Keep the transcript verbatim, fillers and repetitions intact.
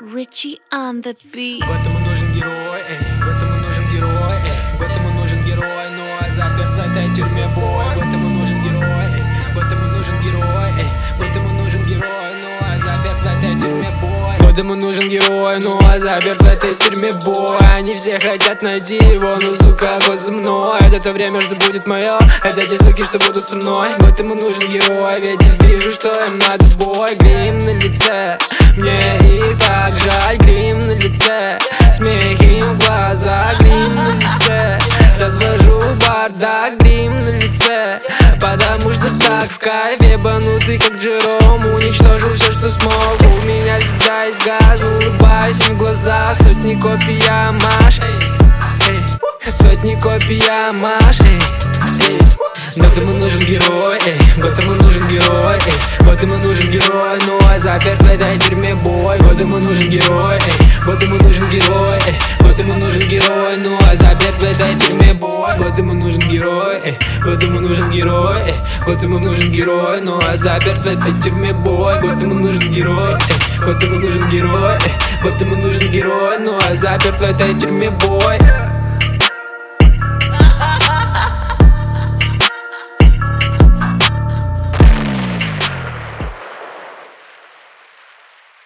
Richie on the beat. Вот ему нужен герой, эй, вот ему нужен герой, эй, вот ему нужен герой, ну а заперт в этой тюрьме бой. Вот ему нужен герой, эй, вот ему нужен герой, эй, вот ему нужен герой, ну а заперт в этой тюрьме бой. Вот ему нужен герой, ну а заперт в этой тюрьме бой. Они все хотят найти его, ну сука, вот за мной. Это время, что будет мое, это те суки, что будут со мной. Вот ему нужен герой, ведь я вижу, что им надо бой. Грим на лице, мне их так жаль. Грим на лице, смех им в глаза. Грим на лице, развожу бардак. Грим на лице, потому что так в кайф. Ебанутый как Джером, уничтожил все, что смог. У меня всегда есть газ, улыбаюсь им в глаза. Сотни копий я маш, эй, эй. Сотни копий я маш, эй, эй. Вот ему нужен герой, эй, вот ему нужен герой, эй, вот ему нужен герой, ну а заперт в этой тюрьме бой. Вот ему нужен герой, эй, вот ему нужен герой, эй, вот ему нужен герой, ну а заперт в этой тюрьме бой. Вот ему нужен герой, эй, вот ему нужен герой, эй, вот ему нужен герой, ну а заперт в этой тюрьме бой. Вот ему нужен герой, эй, вот ему нужен герой, эй, вот ему нужен герой, ну а заперт в этой тюрьме бой.